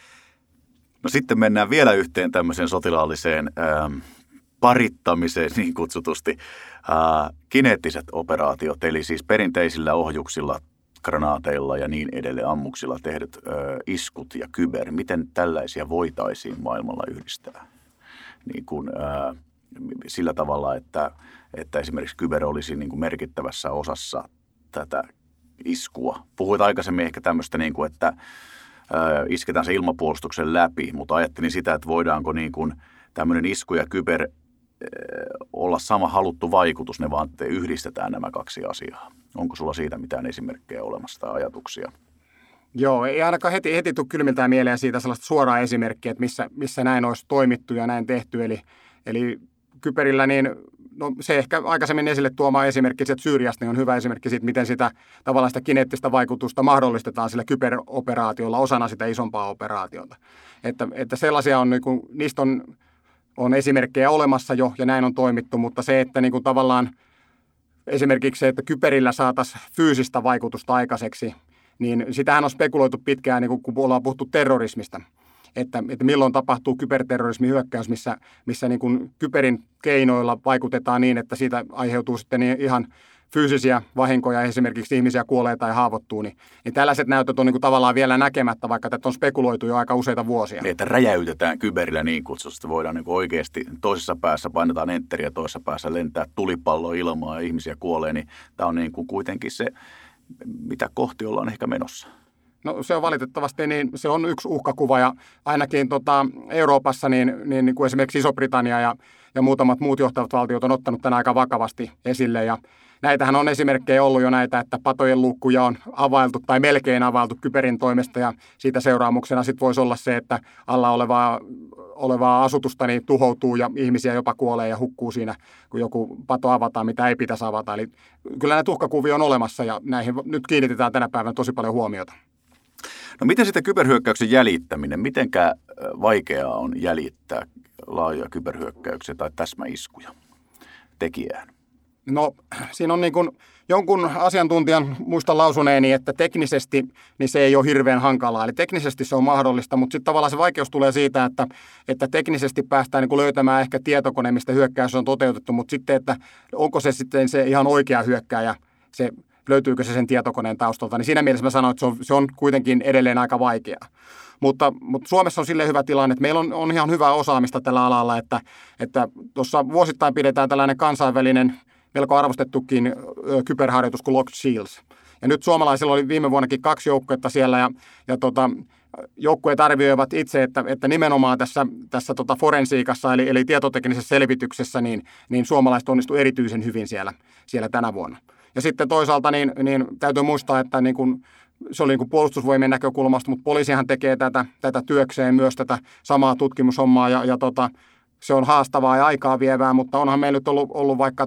Speaker 1: No sitten mennään vielä yhteen tämmöiseen sotilaalliseen parittamiseen niin kutsutusti. Kineettiset operaatiot, eli siis perinteisillä ohjuksilla, granaateilla ja niin edelleen ammuksilla tehdyt iskut ja kyber. Miten tällaisia voitaisiin maailmalla yhdistää? Niin kuin, sillä tavalla, että esimerkiksi kyber olisi niin kuin merkittävässä osassa tätä iskua. Puhuit aikaisemmin ehkä tämmöistä, niin kuin, että isketään se ilmapuolustuksen läpi, mutta ajattelin sitä, että voidaanko niin kuin tämmöinen isku ja kyber olla sama haluttu vaikutus, ne vaan yhdistetään nämä kaksi asiaa. Onko sulla siitä mitään esimerkkejä olemassa tai ajatuksia?
Speaker 2: Joo, ei ainakaan heti tule kylmiltään mieleen siitä sellaista suoraa esimerkkiä, että missä näin olisi toimittu ja näin tehty. Eli kyberillä niin no se ehkä aikaisemmin esille tuoma esimerkki sieltä Syyriasta niin on hyvä esimerkki siitä, miten sitä tavallaan sitä kineettistä vaikutusta mahdollistetaan sillä kyberoperaatiolla osana sitä isompaa operaatiota. Että sellaisia on, niin kuin, niistä on esimerkkejä olemassa jo ja näin on toimittu, mutta se, että niin kuin tavallaan esimerkiksi se, että kyberillä saataisiin fyysistä vaikutusta aikaiseksi, niin sitähän on spekuloitu pitkään, niin kun ollaan puhuttu terrorismista. Että milloin tapahtuu kyberterrorismihyökkäys, missä niin kuin kyberin keinoilla vaikutetaan niin, että siitä aiheutuu sitten ihan fyysisiä vahinkoja, esimerkiksi ihmisiä kuolee tai haavoittuu, niin tällaiset näytöt on niin kuin tavallaan vielä näkemättä, vaikka tätä on spekuloitu jo aika useita vuosia.
Speaker 1: Niin, että räjäytetään kyberillä niin kutsusta, voidaan niin kuin oikeasti toisessa päässä painetaan enteriä, toisessa päässä lentää tulipallo ilmaa ja ihmisiä kuolee, niin tämä on niin kuin kuitenkin se, mitä kohti ollaan ehkä menossa.
Speaker 2: No se on valitettavasti, niin se on yksi uhkakuva ja ainakin Euroopassa niin kuin esimerkiksi Iso-Britannia ja muutamat muut johtavat valtiot on ottanut tämän aika vakavasti esille ja näitähän on esimerkkejä ollut jo näitä, että patojen luukkuja on availtu tai melkein availtu kyberin toimesta ja siitä seuraamuksena sitten voisi olla se, että alla olevaa asutusta niin tuhoutuu ja ihmisiä jopa kuolee ja hukkuu siinä, kun joku pato avataan, mitä ei pitäisi avata. Eli kyllä näitä uhkakuvia on olemassa ja näihin nyt kiinnitetään tänä päivänä tosi paljon huomiota.
Speaker 1: No miten sitten kyberhyökkäyksen jäljittäminen? Mitenkä vaikeaa on jäljittää laajoja kyberhyökkäyksiä tai täsmäiskuja tekijään?
Speaker 2: No siinä on niin kuin jonkun asiantuntijan muistan lausuneeni, että teknisesti niin se ei ole hirveän hankalaa. Eli teknisesti se on mahdollista, mutta sitten tavallaan se vaikeus tulee siitä, että teknisesti päästään niin kuin löytämään ehkä tietokone, mistä hyökkäys on toteutettu, mutta sitten, että onko se sitten se ihan oikea hyökkääjä, löytyykö se sen tietokoneen taustalta, niin siinä mielessä mä sanoin, että se on kuitenkin edelleen aika vaikeaa. Mutta Suomessa on silleen hyvä tilanne, että meillä on ihan hyvää osaamista tällä alalla, että tuossa vuosittain pidetään tällainen kansainvälinen, melko arvostettukin kyberharjoitus kuin Locked Shields. Ja nyt suomalaisilla oli viime vuonnakin 2 joukkuetta siellä ja joukkueet arvioivat itse, että nimenomaan tässä forensiikassa eli tietoteknisessä selvityksessä niin suomalaiset onnistu erityisen hyvin siellä tänä vuonna. Ja sitten toisaalta niin täytyy muistaa, että niin kuin, se oli niin kuin puolustusvoimien näkökulmasta, mutta poliisihan tekee tätä työkseen myös tätä samaa tutkimushommaa ja se on haastavaa ja aikaa vievää, mutta onhan meillä nyt ollut vaikka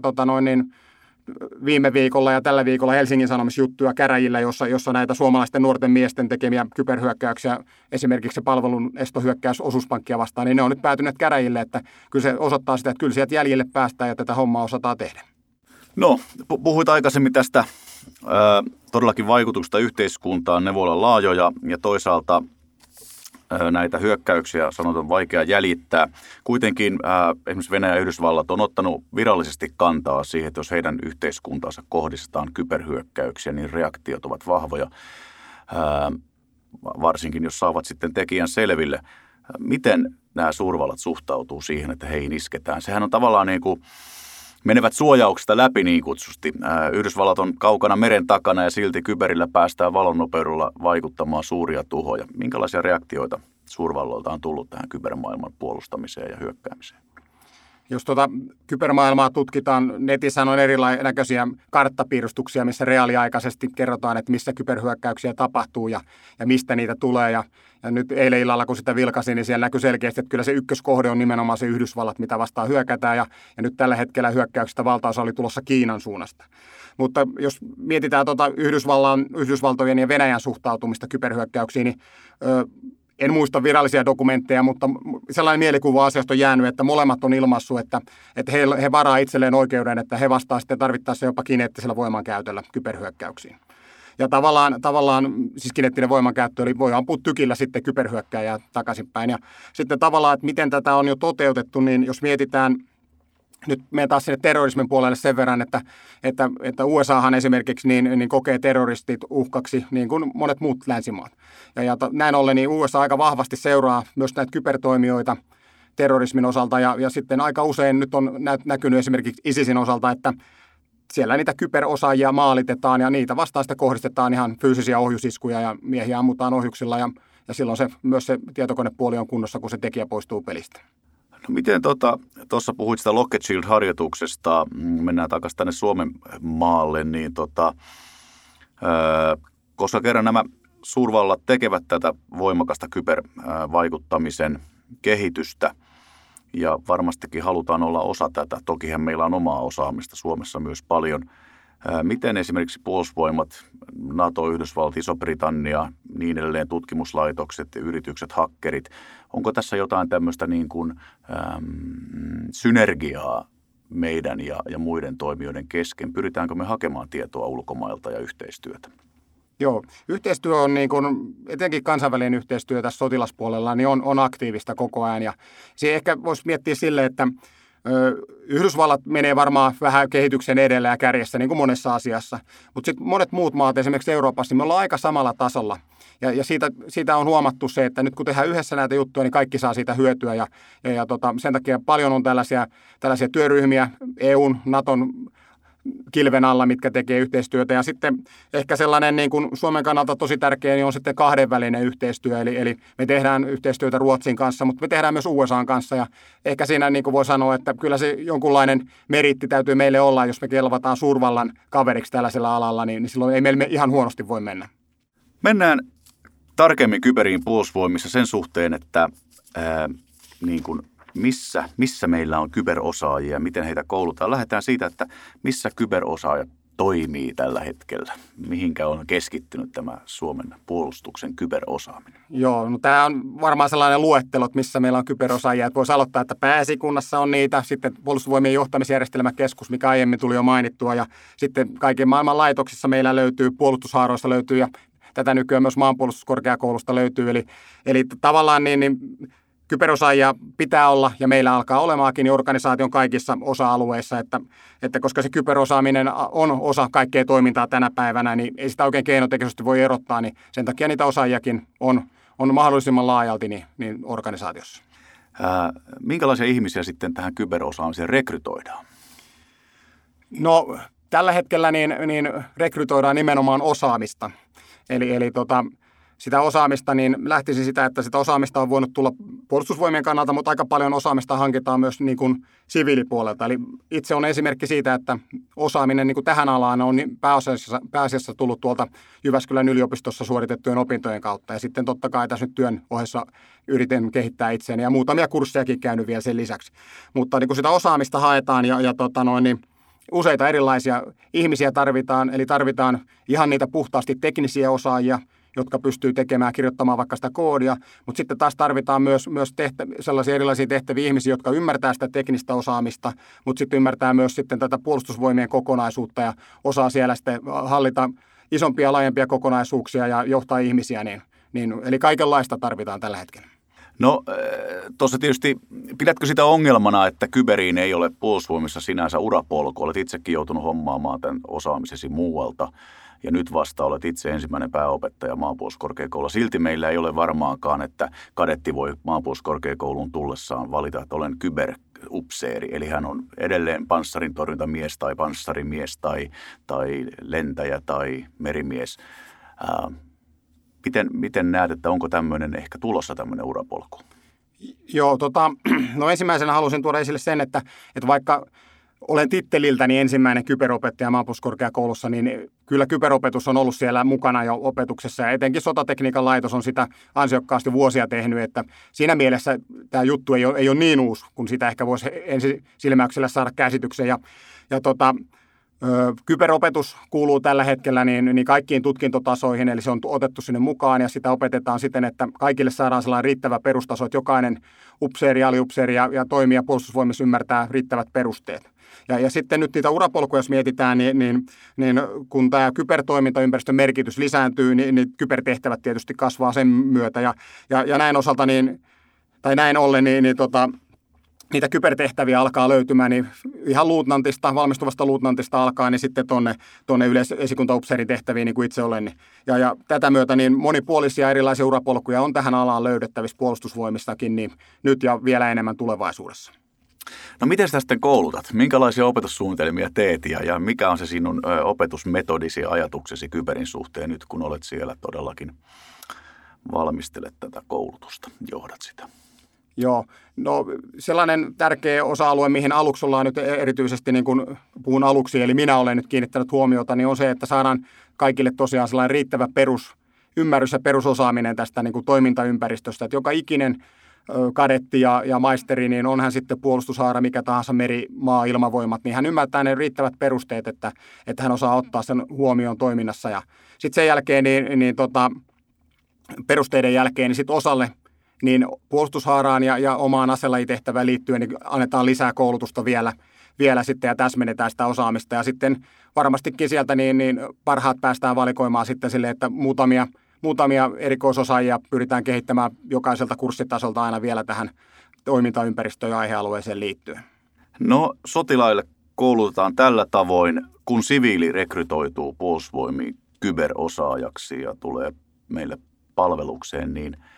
Speaker 2: viime viikolla ja tällä viikolla Helsingin Sanomissa juttuja käräjillä, jossa näitä suomalaisten nuorten miesten tekemiä kyberhyökkäyksiä, esimerkiksi se palvelun estohyökkäys osuuspankkia vastaan, niin ne on nyt päätyneet käräjille, että kyllä se osoittaa sitä, että kyllä sieltä jäljille päästään ja tätä hommaa osataan tehdä.
Speaker 1: No, puhuit aikaisemmin tästä todellakin vaikutuksesta yhteiskuntaan, ne voi olla laajoja ja toisaalta näitä hyökkäyksiä sanotaan vaikea jäljittää. Kuitenkin esimerkiksi Venäjä ja Yhdysvallat on ottanut virallisesti kantaa siihen, että jos heidän yhteiskuntaansa kohdistetaan kyberhyökkäyksiä, niin reaktiot ovat vahvoja, varsinkin jos saavat sitten tekijän selville. Miten nämä suurvallat suhtautuu siihen, että heihin isketään? Sehän on tavallaan niin kuin menevät suojauksesta läpi niin kutsusti. Yhdysvallat on kaukana meren takana ja silti kyberillä päästään valonnopeudella vaikuttamaan suuria tuhoja. Minkälaisia reaktioita suurvalloilta on tullut tähän kybermaailman puolustamiseen ja hyökkäämiseen?
Speaker 2: Jos kybermaailmaa tutkitaan, netissä on erinäköisiä karttapiirustuksia, missä reaaliaikaisesti kerrotaan, että missä kyberhyökkäyksiä tapahtuu ja mistä niitä tulee. Ja nyt eilen illalla, kun sitä vilkasin, niin siellä näkyy selkeästi, että kyllä se ykköskohde on nimenomaan se Yhdysvallat, mitä vastaan hyökätään. Ja nyt tällä hetkellä hyökkäyksistä valtaosa oli tulossa Kiinan suunnasta. Mutta jos mietitään Yhdysvaltojen ja Venäjän suhtautumista kyberhyökkäyksiin, niin en muista virallisia dokumentteja, mutta sellainen mielikuva asiasta on jäänyt, että molemmat on ilmaissut, että he varaa itselleen oikeuden, että he vastaa sitten tarvittaessa jopa kineettisellä voimankäytöllä kyberhyökkäyksiin. Ja tavallaan siis kineettinen voimankäyttö, eli voi ampua tykillä sitten kyberhyökkääjää takaisinpäin. Ja sitten tavallaan, että miten tätä on jo toteutettu, niin jos mietitään, nyt menen taas sinne terrorismin puolelle sen verran, että USAhan esimerkiksi niin kokee terroristit uhkaksi, niin kuin monet muut länsimaat. Ja näin ollen niin USA aika vahvasti seuraa myös näitä kybertoimijoita terrorismin osalta, ja sitten aika usein nyt on näkynyt esimerkiksi ISISin osalta, että siellä niitä kyberosaajia maalitetaan, ja niitä vastaan sitä kohdistetaan ihan fyysisiä ohjusiskuja, ja miehiä ammutaan ohjuksilla, ja silloin myös se tietokonepuoli on kunnossa, kun se tekijä poistuu pelistä.
Speaker 1: No miten tuossa puhuit sitä Locked Shield-harjoituksesta, mennään takaisin tänne Suomen maalle, niin koska kerran nämä suurvallat tekevät tätä voimakasta kybervaikuttamisen kehitystä ja varmastikin halutaan olla osa tätä. Tokihan meillä on omaa osaamista Suomessa myös paljon. Miten esimerkiksi Puolustusvoimat, NATO, Yhdysvallat, Iso-Britannia, niin edelleen tutkimuslaitokset, yritykset, hakkerit, onko tässä jotain tämmöistä niin kuin, synergiaa meidän ja muiden toimijoiden kesken? Pyritäänkö me hakemaan tietoa ulkomailta ja yhteistyötä?
Speaker 2: Joo, yhteistyö on niin kuin, etenkin kansainvälinen yhteistyö tässä sotilaspuolella, niin on aktiivista koko ajan. Ja se ehkä voisi miettiä sille, että Yhdysvallat menee varmaan vähän kehityksen edellä ja kärjessä niin kuin monessa asiassa, mutta sitten monet muut maat, esimerkiksi Euroopassa, niin me ollaan aika samalla tasolla. Ja siitä on huomattu se, että nyt kun tehdään yhdessä näitä juttuja, niin kaikki saa siitä hyötyä. Ja sen takia paljon on tällaisia työryhmiä EUn, Naton kilven alla, mitkä tekee yhteistyötä. Ja sitten ehkä sellainen niin kuin Suomen kannalta tosi tärkeä niin on sitten kahdenvälinen yhteistyö. Eli me tehdään yhteistyötä Ruotsin kanssa, mutta me tehdään myös USAn kanssa. Ja ehkä siinä niin kuin voi sanoa, että kyllä se jonkunlainen meritti täytyy meille olla, jos me kelvataan suurvallan kaveriksi tällaisella alalla, niin silloin ei meille ihan huonosti voi mennä.
Speaker 1: Mennään tarkemmin kyberiin Puolustusvoimissa sen suhteen, että niin kuin missä meillä on kyberosaajia, miten heitä koulutaan. Lähdetään siitä, että missä kyberosaajat toimii tällä hetkellä. Mihinkä on keskittynyt tämä Suomen puolustuksen kyberosaaminen?
Speaker 2: Joo, no tämä on varmaan sellainen luettelo, että missä meillä on kyberosaajia. Voisi aloittaa, että pääesikunnassa on niitä, sitten Puolustusvoimien johtamisjärjestelmäkeskus, mikä aiemmin tuli jo mainittua, ja sitten kaiken maailman laitoksissa meillä löytyy, puolustushaaroista löytyy, ja tätä nykyään myös maanpuolustuskorkeakoulusta löytyy. Eli tavallaan niin kyberosaajia pitää olla, ja meillä alkaa olemaakin niin organisaation kaikissa osa-alueissa, että koska se kyberosaaminen on osa kaikkea toimintaa tänä päivänä, niin ei sitä oikein keinotekoisesti voi erottaa, niin sen takia niitä osaajiakin on mahdollisimman laajalti niin organisaatiossa.
Speaker 1: Minkälaisia ihmisiä sitten tähän kyberosaamiseen rekrytoidaan?
Speaker 2: No, tällä hetkellä niin rekrytoidaan nimenomaan osaamista, eli sitä osaamista, niin lähtisin sitä, että sitä osaamista on voinut tulla puolustusvoimien kannalta, mutta aika paljon osaamista hankitaan myös niin kuin siviilipuolelta. Eli itse on esimerkki siitä, että osaaminen niin kuin tähän alaan on pääasiassa tullut tuolta Jyväskylän yliopistossa suoritettujen opintojen kautta. Ja sitten totta kai tässä nyt työn ohessa yritän kehittää itseäni ja muutamia kurssejakin käynyt vielä sen lisäksi. Mutta niin kuin sitä osaamista haetaan niin useita erilaisia ihmisiä tarvitaan, eli tarvitaan ihan niitä puhtaasti teknisiä osaajia, jotka pystyy tekemään, kirjoittamaan vaikka sitä koodia, mutta sitten taas tarvitaan myös sellaisia erilaisia tehtäviä ihmisiä, jotka ymmärtää sitä teknistä osaamista, mutta sitten ymmärtää myös sitten tätä puolustusvoimien kokonaisuutta ja osaa siellä sitten hallita isompia ja laajempia kokonaisuuksia ja johtaa ihmisiä, eli kaikenlaista tarvitaan tällä hetkellä.
Speaker 1: No tuossa tietysti, pidätkö sitä ongelmana, että kyberiin ei ole Puolustusvoimissa sinänsä urapolku? Olet itsekin joutunut hommaamaan tämän osaamisesi muualta. Ja nyt vasta olet itse ensimmäinen pääopettaja maanpuolustuskorkeakoululla. Silti meillä ei ole varmaankaan, että kadetti voi maanpuolustuskorkeakouluun tullessaan valita, että olen kyberupseeri. Eli hän on edelleen panssarin torjuntamies tai panssarimies tai lentäjä tai merimies. Miten näet, että onko tämmöinen ehkä tulossa tämmöinen urapolku?
Speaker 2: Joo, no ensimmäisenä halusin tuoda esille sen, että vaikka olen titteliltäni ensimmäinen kyberopettaja maanpuolustuskorkeakoulussa, niin kyllä kyberopetus on ollut siellä mukana jo opetuksessa, ja etenkin sotatekniikan laitos on sitä ansiokkaasti vuosia tehnyt, että siinä mielessä tämä juttu ei ole niin uusi, kun sitä ehkä voisi ensi silmäyksellä saada käsityksen. Kyberopetus kuuluu tällä hetkellä niin kaikkiin tutkintotasoihin, eli se on otettu sinne mukaan, ja sitä opetetaan siten, että kaikille saadaan sellainen riittävä perustaso, että jokainen upseeri, aliupseeri ja toimija puolustusvoimissa ymmärtää riittävät perusteet. Ja sitten nyt niitä urapolkuja, jos mietitään, niin kun tämä kybertoimintaympäristön merkitys lisääntyy, niin kybertehtävät tietysti kasvaa sen myötä, ja näin osalta, näin ollen, niitä kybertehtäviä alkaa löytymään, niin ihan valmistuvasta luutnantista alkaa, niin sitten tuonne yleisesikuntaupseerin tehtäviin, niin kuin itse olen. Ja tätä myötä niin monipuolisia erilaisia urapolkuja on tähän alaan löydettävissä puolustusvoimistakin, niin nyt ja vielä enemmän tulevaisuudessa.
Speaker 1: No miten sitä sitten koulutat? Minkälaisia opetussuunnitelmia teet ja mikä on se sinun opetusmetodisi ja ajatuksesi kyberin suhteen nyt, kun olet siellä todellakin valmistelet tätä koulutusta, johdat sitä?
Speaker 2: Joo, no sellainen tärkeä osa-alue, mihin aluksi ollaan nyt erityisesti, niin kuin puhun aluksi, eli minä olen nyt kiinnittänyt huomiota, niin on se, että saadaan kaikille tosiaan sellainen riittävä perusymmärrys ja perusosaaminen tästä niin kuin toimintaympäristöstä, että joka ikinen kadetti ja maisteri, niin on hän sitten puolustushaara, mikä tahansa meri, maa, ilmavoimat, niin hän ymmärtää ne riittävät perusteet, että hän osaa ottaa sen huomioon toiminnassa. Ja sitten sen jälkeen, perusteiden jälkeen, niin sitten osalle niin puolustushaaraan ja omaan aselajitehtävään liittyen niin annetaan lisää koulutusta vielä sitten ja täsmennetään sitä osaamista. Ja sitten varmastikin sieltä niin parhaat päästään valikoimaan sitten sille, että muutamia erikoisosaajia pyritään kehittämään jokaiselta kurssitasolta aina vielä tähän toimintaympäristöön ja aihealueeseen liittyen.
Speaker 1: No sotilaille koulutetaan tällä tavoin, kun siviili rekrytoituu puolustusvoimiin kyberosaajaksi ja tulee meille palvelukseen,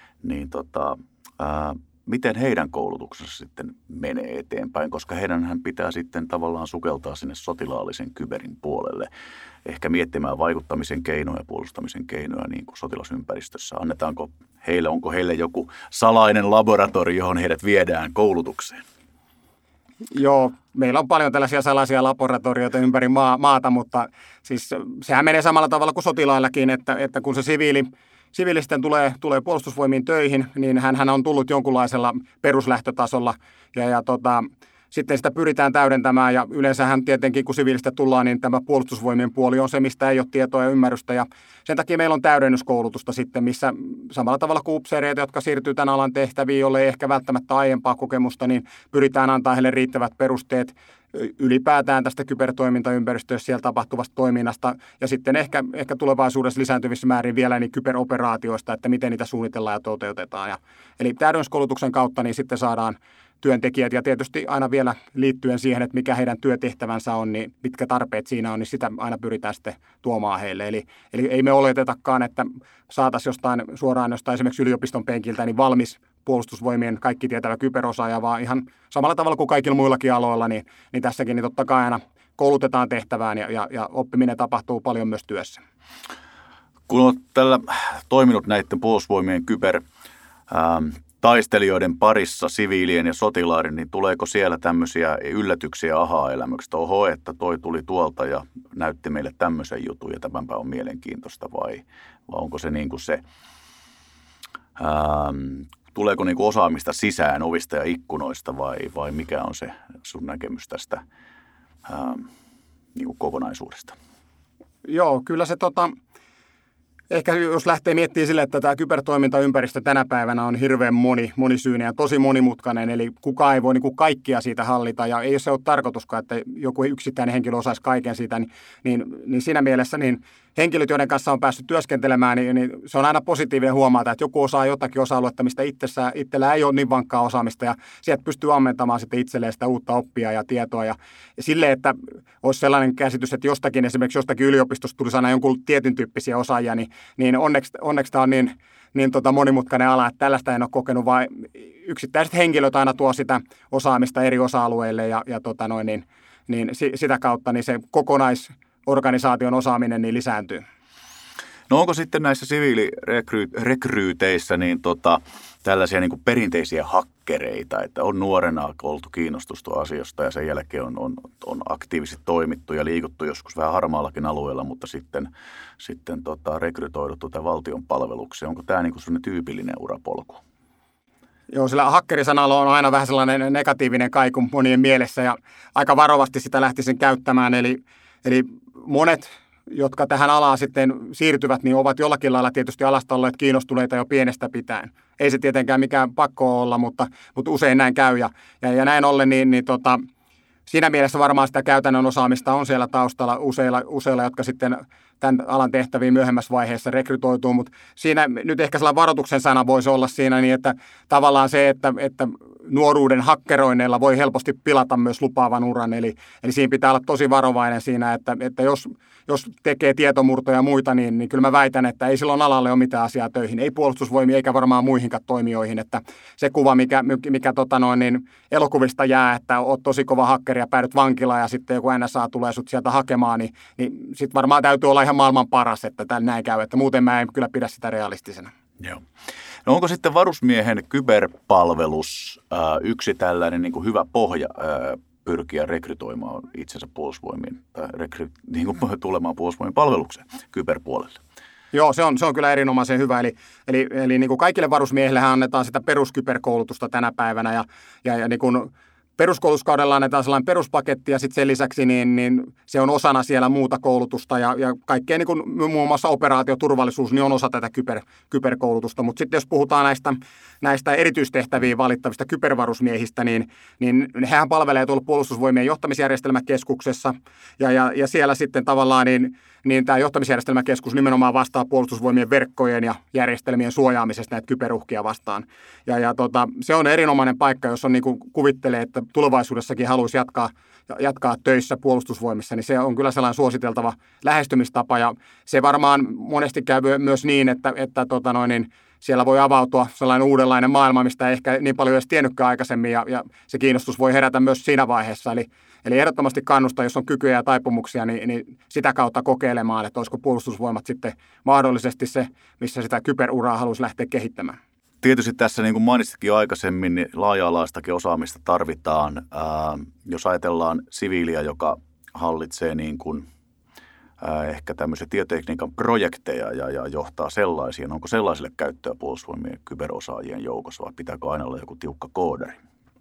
Speaker 1: miten heidän koulutuksensa sitten menee eteenpäin, koska heidänhän pitää sitten tavallaan sukeltaa sinne sotilaallisen kyberin puolelle, ehkä miettimään vaikuttamisen keinoja, puolustamisen keinoja niin kuin sotilasympäristössä. Annetaanko heille, onko heille joku salainen laboratorio, johon heidät viedään koulutukseen?
Speaker 2: Joo, meillä on paljon tällaisia salaisia laboratorioita ympäri maata, mutta siis sehän menee samalla tavalla kuin sotilaillakin, että kun se siviili sitten tulee puolustusvoimiin töihin, niin hän on tullut jonkunlaisella peruslähtötasolla ja sitten sitä pyritään täydentämään ja yleensähän tietenkin kun siviilistä tullaan, niin tämä puolustusvoimien puoli on se, mistä ei ole tietoa ja ymmärrystä ja sen takia meillä on täydennyskoulutusta sitten, missä samalla tavalla kuin upseereita, jotka siirtyy tämän alan tehtäviin, jolle ei ehkä välttämättä aiempaa kokemusta, niin pyritään antaa heille riittävät perusteet ylipäätään tästä kybertoimintaympäristössä siellä tapahtuvasta toiminnasta ja sitten ehkä tulevaisuudessa lisääntyvissä määrin vielä niin kyberoperaatioista, että miten niitä suunnitellaan ja toteutetaan. Eli täydennyskoulutuksen kautta niin sitten saadaan työntekijät ja tietysti aina vielä liittyen siihen, että mikä heidän työtehtävänsä on, niin mitkä tarpeet siinä on, niin sitä aina pyritään sitten tuomaan heille. Eli ei me oletetakaan, että saataisiin suoraan jostain esimerkiksi yliopiston penkiltä niin valmis puolustusvoimien kaikki tietävä kyberosaaja, vaan ihan samalla tavalla kuin kaikilla muillakin aloilla, niin tässäkin niin totta kai aina koulutetaan tehtävään ja oppiminen tapahtuu paljon myös työssä.
Speaker 1: Kun olet tällä toiminut näiden puolustusvoimien taistelijoiden parissa, siviilien ja sotilaiden, niin tuleeko siellä tämmöisiä yllätyksiä aha-elämyksistä? Oho, että toi tuli tuolta ja näytti meille tämmöisen jutun ja tämänpä on mielenkiintoista vai onko se niin kuin se, tuleeko niin kuin osaamista sisään ovista ja ikkunoista vai mikä on se sun näkemys tästä niin kuin kokonaisuudesta?
Speaker 2: Joo, kyllä se ehkä jos lähtee miettimään sille, että tämä kybertoimintaympäristö tänä päivänä on hirveän monisyinen ja tosi monimutkainen, eli kukaan ei voi niin kuin kaikkia siitä hallita, ja ei se ole tarkoituskaan, että joku yksittäinen henkilö osaisi kaiken siitä, niin siinä mielessä niin henkilöt, joiden kanssa on päässyt työskentelemään, niin se on aina positiivinen huomata, että joku osaa jotakin osa-aluetta, mistä itsellä ei ole niin vankkaa osaamista, ja sieltä pystyy ammentamaan sitten itselleen sitä uutta oppia ja tietoa, ja sille, että olisi sellainen käsitys, että esimerkiksi jostakin yliopistosta tulisi aina jonkun tietyn tyyppisiä osaajia, niin onneksi tämä on niin monimutkainen ala, että tällaista en ole kokenut, vaan yksittäiset henkilöt aina tuo sitä osaamista eri osa-alueille niin sitä kautta niin se kokonaisorganisaation osaaminen niin lisääntyy.
Speaker 1: No onko sitten näissä siviilirekryyteissä niin tällaisia niin kuin perinteisiä hakkereita, että on nuorena oltu kiinnostusta asiasta ja sen jälkeen on aktiivisesti toimittu ja liikuttu joskus vähän harmaallakin alueella, mutta sitten rekrytoiduttu tämän valtion palvelukseen. Onko tämä niin kuin sellainen tyypillinen urapolku?
Speaker 2: Joo, sillä hakkerisanalla on aina vähän sellainen negatiivinen kaiku monien mielessä ja aika varovasti sitä lähtisin käyttämään. Eli monet, jotka tähän alaan sitten siirtyvät, niin ovat jollakin lailla tietysti alasta olleet kiinnostuneita jo pienestä pitäen. Ei se tietenkään mikään pakko olla, mutta usein näin käy. Ja näin ollen, siinä mielessä varmaan sitä käytännön osaamista on siellä taustalla useilla, jotka sitten tämän alan tehtäviin myöhemmässä vaiheessa rekrytoituu, mutta siinä nyt ehkä sellainen varoituksen sana voisi olla siinä niin, että tavallaan se, että nuoruuden hakkeroinneilla voi helposti pilata myös lupaavan uran, eli siinä pitää olla tosi varovainen siinä, että jos tekee tietomurtoja ja muita, niin kyllä mä väitän, että ei silloin alalle ole mitään asiaa töihin, ei puolustusvoimia eikä varmaan muihinkaan toimijoihin, että se kuva, mikä elokuvista jää, että oot tosi kova hakkeri ja päädyt vankilaan ja sitten joku NSA tulee sut sieltä hakemaan, niin sitten varmaan täytyy olla ihan maailman paras, että näin käy, että muuten mä en kyllä pidä sitä realistisena. Joo.
Speaker 1: No onko sitten varusmiehen kyberpalvelus yksi tällainen niin kuin hyvä pohja pyrkiä rekrytoimaan itsensä puolustusvoimiin tai tulemaan puolustusvoimien palvelukseen kyberpuolelle?
Speaker 2: Joo, se on kyllä erinomaisen hyvä. Eli niin kuin kaikille varusmiehillehän annetaan sitä peruskyberkoulutusta tänä päivänä ja niin kuin peruskoulutuskaudella annetaan sellainen peruspaketti ja sitten sen lisäksi niin se on osana siellä muuta koulutusta ja kaikkea niin kuin muun muassa operaatioturvallisuus niin on osa tätä kyberkoulutusta. Mutta sitten jos puhutaan näistä erityistehtäviin valittavista kybervarusmiehistä, niin hehän palvelee tuolla Puolustusvoimien johtamisjärjestelmäkeskuksessa ja siellä sitten tavallaan niin tämä johtamisjärjestelmäkeskus nimenomaan vastaa Puolustusvoimien verkkojen ja järjestelmien suojaamisesta näitä kyberuhkia vastaan. Se on erinomainen paikka, jos on niin kuin kuvittelee, että tulevaisuudessakin haluaisi jatkaa töissä Puolustusvoimissa, niin se on kyllä sellainen suositeltava lähestymistapa ja se varmaan monesti käy myös niin, että siellä voi avautua sellainen uudenlainen maailma, mistä ei ehkä niin paljon edes tiennytkään aikaisemmin ja se kiinnostus voi herätä myös siinä vaiheessa. Eli ehdottomasti kannustaa, jos on kykyjä ja taipumuksia, niin sitä kautta kokeilemaan, että olisiko Puolustusvoimat sitten mahdollisesti se, missä sitä kyberuraa haluaisi lähteä kehittämään.
Speaker 1: Tietysti tässä, niin kuin mainitsitkin aikaisemmin, niin laaja-alaistakin osaamista tarvitaan. Jos ajatellaan siviiliä, joka hallitsee niin kuin, ehkä tämmöisiä tietotekniikan projekteja ja johtaa sellaisia, onko sellaisille käyttöä Puolustusvoimien kyberosaajien joukossa vai pitääkö aina olla joku tiukka koodari?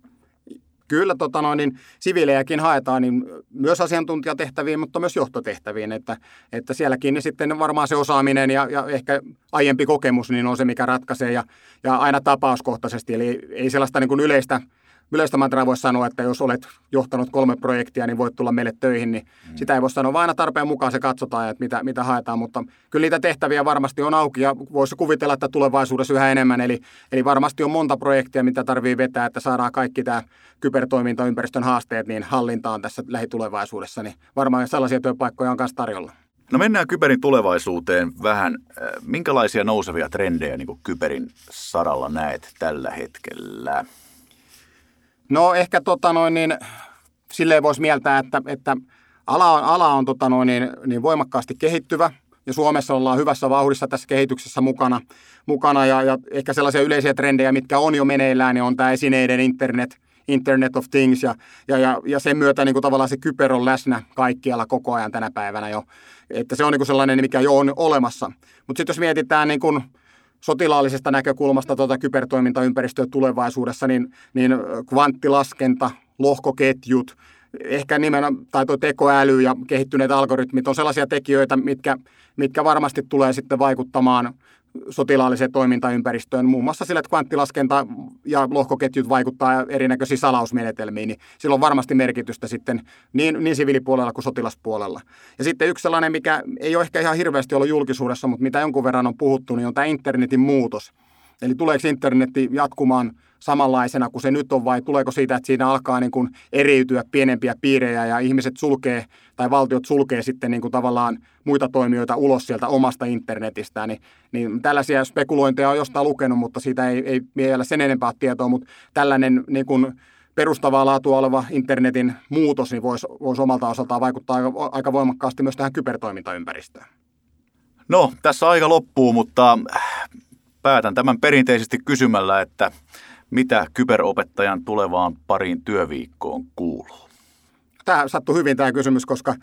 Speaker 2: Kyllä siviilejäkin haetaan niin myös asiantuntijatehtäviin, mutta myös johtotehtäviin, että sielläkin niin sitten varmaan se osaaminen ja ehkä aiempi kokemus niin on se, mikä ratkaisee ja aina tapauskohtaisesti, eli ei sellaista niin kuin yleistä mantra voi sanoa, että jos olet johtanut 3 projektia, niin voit tulla meille töihin, niin sitä ei voi sanoa, vaan aina tarpeen mukaan se katsotaan, että mitä haetaan, mutta kyllä niitä tehtäviä varmasti on auki ja voisi kuvitella, että tulevaisuudessa yhä enemmän, eli varmasti on monta projektia, mitä tarvii vetää, että saadaan kaikki tämä kybertoimintaympäristön haasteet niin hallintaan tässä lähitulevaisuudessa, niin varmaan sellaisia työpaikkoja on myös tarjolla.
Speaker 1: No mennään kyberin tulevaisuuteen vähän. Minkälaisia nousevia trendejä niin kuin kyberin saralla näet tällä hetkellä?
Speaker 2: No ehkä silleen voisi mieltää, että ala on niin voimakkaasti kehittyvä ja Suomessa ollaan hyvässä vauhdissa tässä kehityksessä mukana ja ehkä sellaisia yleisiä trendejä, mitkä on jo meneillään, niin on tämä esineiden Internet of Things ja sen myötä niin kuin tavallaan se kyber on läsnä kaikkialla koko ajan tänä päivänä jo, että se on niin kuin sellainen, mikä jo on olemassa. Mutta sitten jos mietitään niin kuin sotilaallisesta näkökulmasta kybertoimintaympäristöä tulevaisuudessa, niin kvanttilaskenta, lohkoketjut, ehkä tai tuo tekoäly ja kehittyneet algoritmit on sellaisia tekijöitä, mitkä varmasti tulee sitten vaikuttamaan sotilaalliseen toimintaympäristöön, muun muassa sillä, että kvanttilaskenta ja lohkoketjut vaikuttaa erinäköisiin salausmenetelmiin, niin sillä on varmasti merkitystä sitten niin siviilipuolella kuin sotilaspuolella. Ja sitten yksi sellainen, mikä ei ole ehkä ihan hirveästi ollut julkisuudessa, mutta mitä jonkun verran on puhuttu, niin on tämä internetin muutos. Eli tuleeko internetti jatkumaan samanlaisena kuin se nyt on vai tuleeko siitä, että siinä alkaa niin kuin eriytyä pienempiä piirejä ja ihmiset sulkee tai valtiot sulkee sitten niin kuin tavallaan muita toimijoita ulos sieltä omasta internetistään. Niin tällaisia spekulointeja on jostain lukenut, mutta siitä ei vielä sen enempää tietoa, mutta tällainen niin kuin perustavaa laatua oleva internetin muutos niin voisi omalta osaltaan vaikuttaa aika voimakkaasti myös tähän kybertoimintaympäristöön.
Speaker 1: No, tässä aika loppuu, mutta päätän tämän perinteisesti kysymällä, että mitä kyberopettajan tulevaan pariin työviikkoon kuuluu?
Speaker 2: Tämä sattui hyvin tämä kysymys, koska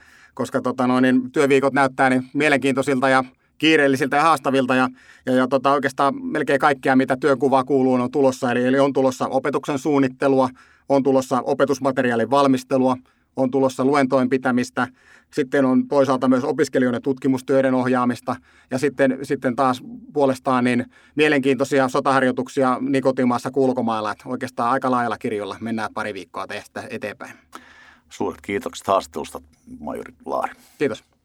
Speaker 2: työviikot näyttää niin mielenkiintoisilta ja kiireellisiltä ja haastavilta ja oikeastaan melkein kaikkea, mitä työnkuvaa kuuluu, on tulossa. Eli on tulossa opetuksen suunnittelua, on tulossa opetusmateriaalin valmistelua, on tulossa luentojen pitämistä, sitten on toisaalta myös opiskelijoiden tutkimustyöiden ohjaamista ja sitten taas puolestaan niin mielenkiintoisia sotaharjoituksia niin kotimaassa kuin ulkomailla, että oikeastaan aika laajalla kirjolla mennään pari viikkoa tästä eteenpäin.
Speaker 1: Suuret kiitokset haastattelusta, majori Laari.
Speaker 2: Kiitos.